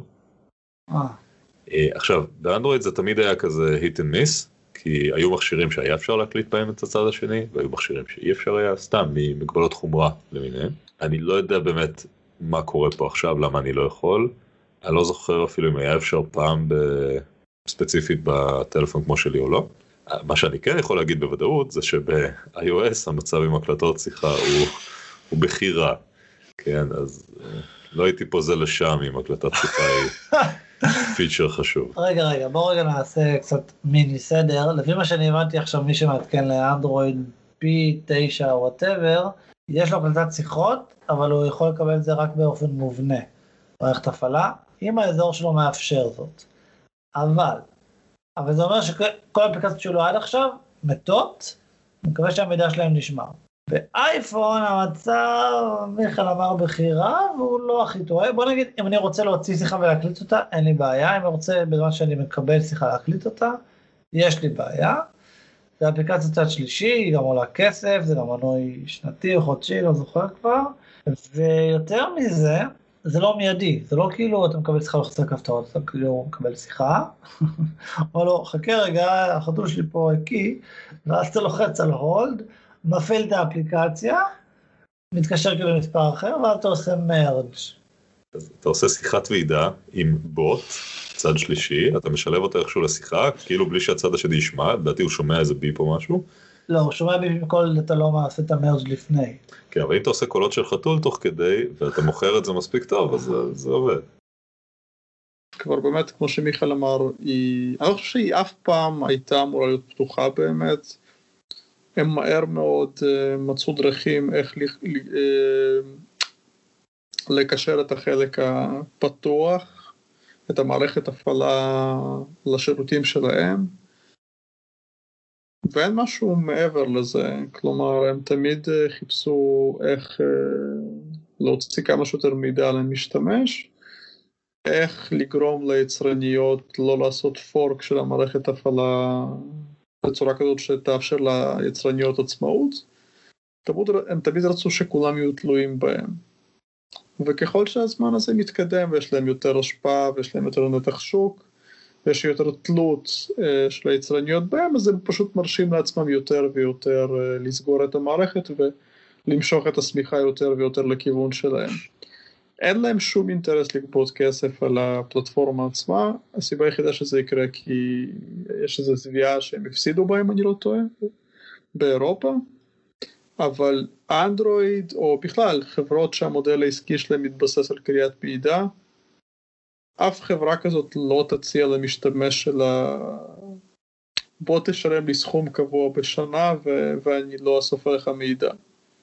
עכשיו, באנדרואיד זה תמיד היה כזה hit and miss, כי היו מכשירים שהיה אפשר להקליט בהם את הצד השני, והיו מכשירים שאי אפשר היה, סתם ממגבלות חומרה למיניהם. אני לא יודע באמת מה קורה פה עכשיו, למה אני לא יכול. אני לא זוכר אפילו אם היה אפשר פעם ספציפית בטלפון כמו שלי או לא. מה שאני כן יכול להגיד בוודאות זה שב-iOS המצב עם הקלטות שיחה הוא בחירה. כן, אז לא הייתי פה זה לשם עם הקלטת שיחה היא פיצ'ר חשוב. רגע, בואו רגע נעשה קצת מיני סדר. לפי מה שאני הבנתי עכשיו, מי שמעדכן לאנדרואיד P9 או whatever, יש לו הקלטת שיחות, אבל הוא יכול לקבל את זה רק באופן מובנה, מערכת הפעלה, אם האזור שלו מאפשר זאת. אבל זה אומר שכל האפליקציות שלו עד עכשיו מתות, אני מקווה שהמידע שלהם נשמר. באייפון המצב, מיכל אמר בחירה, והוא לא הכי טועה. בוא נגיד, אם אני רוצה להוציא שיחה ולהקליט אותה, אין לי בעיה. אם אני רוצה, בזמן שאני מקבל שיחה להקליט אותה, יש לי בעיה. זה אפליקציה צד שלישי, היא גם עולה כסף, זה גם מנוי שנתי או חודשי, לא זוכר כבר. ויותר מזה, זה לא מיידי. זה לא כאילו אתה מקבל שיחה לחצי כפתורת, אתה כאילו מקבל שיחה. אבל לא, חכה רגע, החתול שלי פה הקיא, ואז אתה לוחץ על הולד, מפעיל את האפליקציה, מתקשר כאילו למספר אחר, ואז אתה עושה מרג'. אתה עושה שיחת ועידה עם בוט, צד שלישי, אתה משלב אותו איכשהו לשיחה, כאילו בלי שהצד השני ישמע, לדעתי הוא שומע איזה ביפ או משהו. לא, הוא שומע ביפ מכל, אתה לא מעשה את המרג' לפני. כן, אבל אם אתה עושה קולות של חתול תוך כדי, ואתה מוכר את זה מספיק טוב, אז זה עובד. כבר באמת, כמו שמיכל אמר, אני לא חושב שהיא אף פעם הייתה אמורה להיות פתוחה באמת. הם מהר מאוד מצאו דרכים איך לקשר את החלק הפתוח, את המערכת הפעלה לשירותים שלהם, ואין משהו מעבר לזה. כלומר, הם תמיד חיפשו איך להוציא כמה שיותר מידע על המשתמש, איך לגרום ליצרניות לא לעשות פורק של המערכת הפעלה בצורה כזאת שתאפשר ליצרניות עצמאות. הם תמיד רצו שכולם יהיו תלויים בהם. וככל שהזמן הזה מתקדם ויש להם יותר השפעה ויש להם יותר נתח שוק ויש יותר תלות של היצרניות בהם, אז הם פשוט מרשים לעצמם יותר ויותר לסגור את המערכת ולמשוך את הסמיכה יותר ויותר לכיוון שלהם. אין להם שום אינטרס לגבות כסף על הפלטפורמה עצמה. הסיבה היחידה שזה יקרה כי יש איזו צביעה שהם הפסידו בהם, אני לא טועה, באירופה. אבל אנדרואיד או בכלל חברות שהמודל העסקי שלהם מתבסס על קריאת מידע, אף חברה כזאת לא תציע למשתמש שלה בוא תשלם לי סכום קבוע בשנה ואני לא אסוף לך מידע.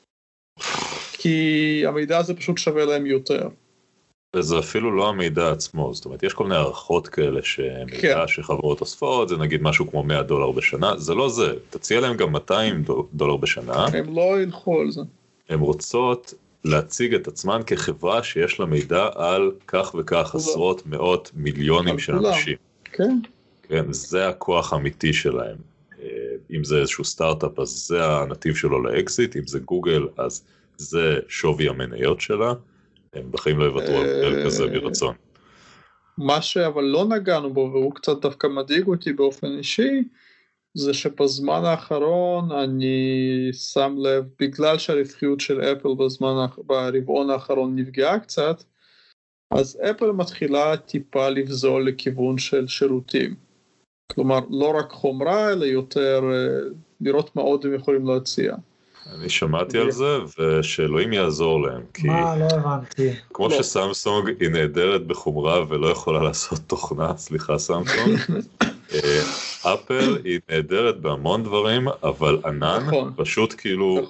כי המידע הזה פשוט שווה להם יותר. וזה אפילו לא המידע עצמו, זאת אומרת, יש כל מיני הערכות כאלה שמידע שחברות אוספות, זה נגיד משהו כמו $100 בשנה, זה לא זה, תציע להם גם $200 בשנה. הם לא ילכו על זה. הם רוצות להציג את עצמן כחברה שיש לה מידע על כך וכך עשרות מאות מיליונים של אנשים. כן. כן, זה הכוח האמיתי שלהם. אם זה איזשהו סטארט-אפ, אז זה הנתיב שלו לאקזיט, אם זה גוגל, אז זה שווי המניות שלה, הם בחיים לא יוותרו על מודל כזה ברצון. מה אבל לא נגענו בו, והוא קצת דווקא מדאיג אותי באופן אישי, זה שבזמן האחרון אני שם לב, בגלל שהרווחיות של אפל ברבעון האחרון נפגעה קצת, אז אפל מתחילה טיפה לבזול לכיוון של שירותים. כלומר, לא רק חומרה, אלא יותר לראות מה עוד הם יכולים להציע. אני שמעתי על זה, ושאלוהים יעזור להם. מה? לא הבנתי. כמו שסמסונג היא נהדרת בחומרה ולא יכולה לעשות תוכנה, סליחה סמסונג, אפל היא נהדרת בהמון דברים, אבל ענן פשוט כאילו,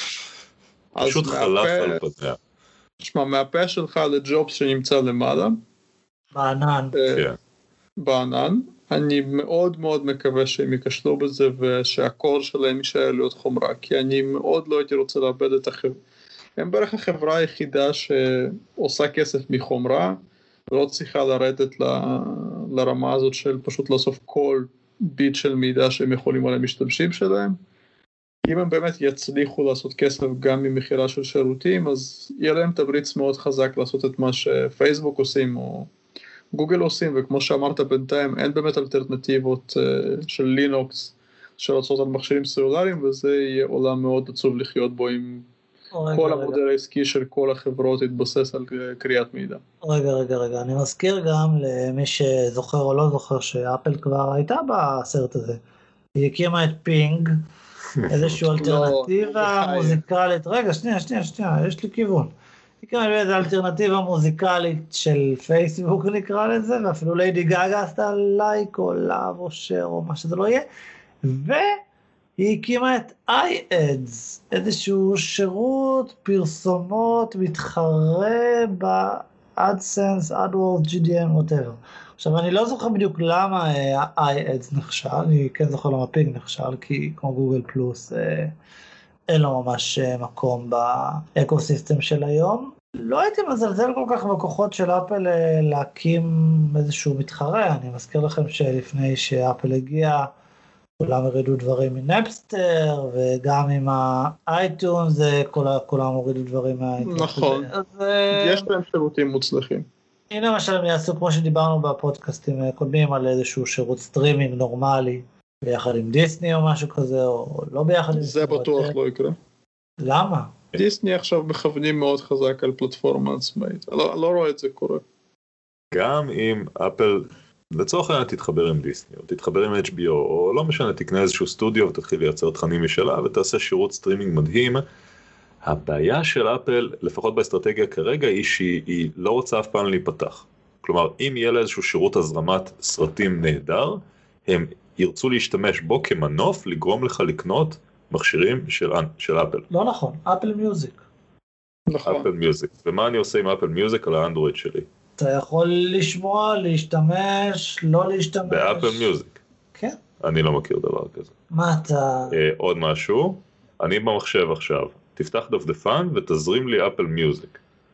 פשוט חלף על פניה. תשמע, מהפה שלך לג'ובס שנמצא למעלה. בענן. בענן. אני מאוד מאוד מקווה שהם יקשלו בזה ושהקור שלהם יישאר להיות חומרה, כי אני מאוד לא הייתי רוצה לאבד את החברה. הם בערך החברה היחידה שעושה כסף מחומרה, ולא צריכה לרדת לרמה הזאת של פשוט לאסוף כל ביט של מידע שהם יכולים על המשתמשים שלהם. אם הם באמת יצליחו לעשות כסף גם ממחירה של שירותים, אז יהיה להם תמריץ מאוד חזק לעשות את מה שפייסבוק עושים או גוגל עושים, וכמו שאמרת בינתיים, אין באמת אלטרנטיבות של לינוקס שרצות על מכשירים סלולריים, וזה יהיה עולם מאוד עצוב לחיות בו אם כל המודל העסקי של כל החברות התבסס על קריאת מידע. רגע, אני מזכיר גם למי שזוכר או לא זוכר שאפל כבר הייתה בסרט הזה. היא הקימה את פינג, איזושהי אלטרנטיבה מוזיקלית, רגע, שנייה, יש לי כיוון. היא הקימה איזו אלטרנטיבה מוזיקלית של פייסבוק נקרא לזה, ואפילו ליידי גאגה עשתה לייק או לאב או שר או מה שזה לא יהיה, היא הקימה את iAds, איזשהו שירות פרסומות מתחרה ב-AdSense, AdWords, GDN, whatever. עכשיו, אני לא זוכר בדיוק למה iAds נכשל, אני כן זוכר למה פינג נכשל, כי כמו גוגל פלוס אין לו ממש מקום באקוסיסטם של היום. לא הייתי מזלזל כל כך בכוחות של אפל להקים איזשהו מתחרה, אני מזכיר לכם שלפני שאפל הגיע, כולם הורידו דברים מנפסטר, וגם עם האייטונס, כולם הורידו דברים מהאייטונס. נכון, יש להם שירותים מוצלחים. הנה למשל הם יעשו כמו שדיברנו בפודקאסטים קודמים, על איזשהו שירות סטרימינג נורמלי, ביחד עם דיסני או משהו כזה, או לא ביחד עם... זה בטוח לא יקרה. למה? דיסני עכשיו מכוונים מאוד חזק על פלטפורמה עצמאית, לא רואה את זה קורה. גם אם אפל... לצורך העניין תתחבר עם דיסני, או תתחבר עם HBO, או לא משנה, תקנה איזשהו סטודיו ותתחיל לייצר תכנים משלה, ותעשה שירות סטרימינג מדהים. הבעיה של אפל, לפחות באסטרטגיה כרגע, היא שהיא לא רוצה אף פעם להיפתח. כלומר, אם יהיה לה איזשהו שירות הזרמת סרטים נהדר, הם ירצו להשתמש בו כמנוף, לגרום לך לקנות מכשירים של אפל. לא נכון, אפל מיוזיק. נכון. אפל מיוזיק. ומה אני עושה עם אפל מיוזיק על האנדרואיד שלי? אתה יכול לשמוע, להשתמש, לא להשתמש. באפל מיוזיק. כן. אני לא מכיר דבר כזה. מה אתה... עוד משהו, אני במחשב עכשיו, תפתח דפדפן ותזרים לי אפל מיוזיק.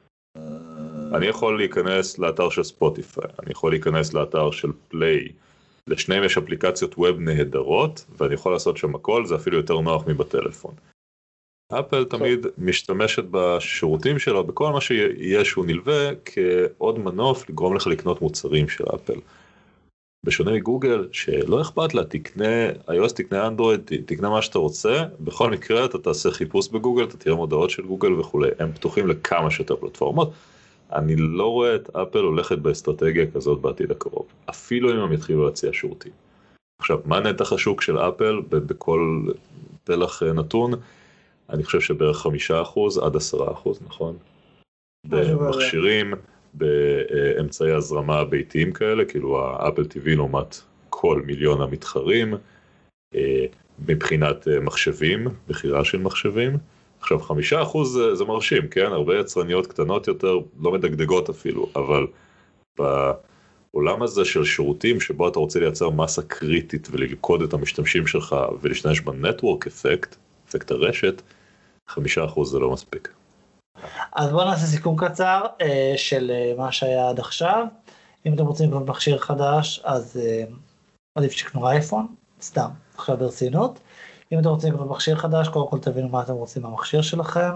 אני יכול להיכנס לאתר של ספוטיפיי, אני יכול להיכנס לאתר של פליי, לשניהם יש אפליקציות ווב נהדרות, ואני יכול לעשות שם הכל, זה אפילו יותר נוח מבטלפון. אפל תמיד משתמשת בשירותים שלו, בכל מה שיש שהוא נלווה, כעוד מנוף לגרום לך לקנות מוצרים של אפל. בשונה מגוגל, שלא אכפת לה, תקנה iOS, תקנה אנדרואיד, תקנה מה שאתה רוצה, בכל מקרה אתה תעשה חיפוש בגוגל, אתה תראה מודעות של גוגל וכו'. הם פתוחים לכמה שיותר פלטפורמות. אני לא רואה את אפל הולכת באסטרטגיה כזאת בעתיד הקרוב, אפילו אם הם יתחילו להציע שירותים. עכשיו, מה נתח השוק של אפל בכל פלח נתון? אני חושב שבערך 5% עד 10%, נכון? במכשירים, באמצעי הזרמה ביתיים כאלה, כאילו האפל TV לעומת כל מיליון המתחרים, מבחינת מחשבים, בחירה של מחשבים. עכשיו 5% זה מרשים, כן? הרבה יצרניות קטנות יותר, לא מדגדגות אפילו, אבל בעולם הזה של שירותים שבו אתה רוצה לייצר מסה קריטית וללכוד את המשתמשים שלך ולהשתמש בנטוורק אפקט הרשת, 5% זה לא מספיק. אז בואו נעשה סיכום קצר של מה שהיה עד עכשיו. אם אתם רוצים לקנות מכשיר חדש, אז עדיף שתקנו אייפון, סתם, עכשיו ברצינות. אם אתם רוצים לקנות מכשיר חדש, קודם כל תבינו מה אתם רוצים מהמכשיר שלכם.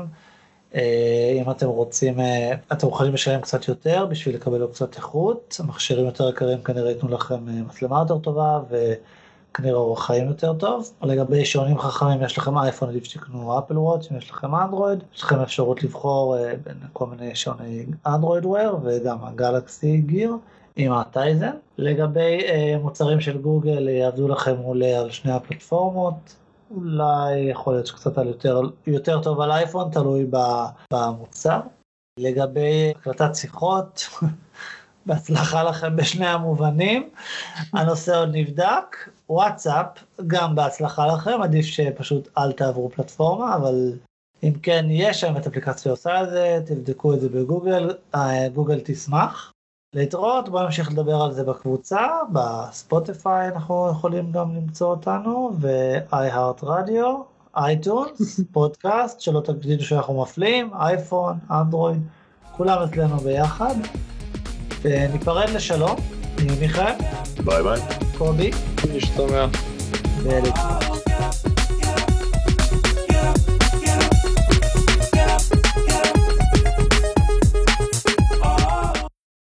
אם אתם רוצים, אתם יכולים לשלם קצת יותר בשביל לקבל קצת איכות. המכשירים יותר יקרים כנראה ייתנו לכם מצלמה יותר טובה וכנראה אורח חיים יותר טוב. לגבי שעונים חכמים, יש לכם אייפון, עדיף שתקנו אפל וואץ'. אם יש לכם אנדרואיד, יש לכם אפשרות לבחור בין כל מיני שעוני אנדרואיד וויר וגם הגלקסי גיר עם הטייזן. לגבי מוצרים של גוגל, יעבדו לכם מעולה על שני הפלטפורמות. אולי יכול להיות שקצת יותר טוב על אייפון, תלוי במוצר. לגבי הקלטת שיחות, בהצלחה לכם בשני המובנים. הנושא עוד נבדק. וואטסאפ, גם בהצלחה לכם, עדיף שפשוט אל תעברו פלטפורמה, אבל אם כן יש שם את אפליקציה שעושה את זה, תבדקו את זה בגוגל, גוגל תשמח. להתראות, בואו נמשיך לדבר על זה בקבוצה, בספוטיפיי אנחנו יכולים גם למצוא אותנו, ו-iHeart Radio, iTunes, פודקאסט, שלא תגידו שאנחנו מפלים, אייפון, אנדרואיד, כולם אצלנו ביחד, וניפרד לשלום, אני מיכאל, ביי ביי, קובי, נשתמע. ולהתראות.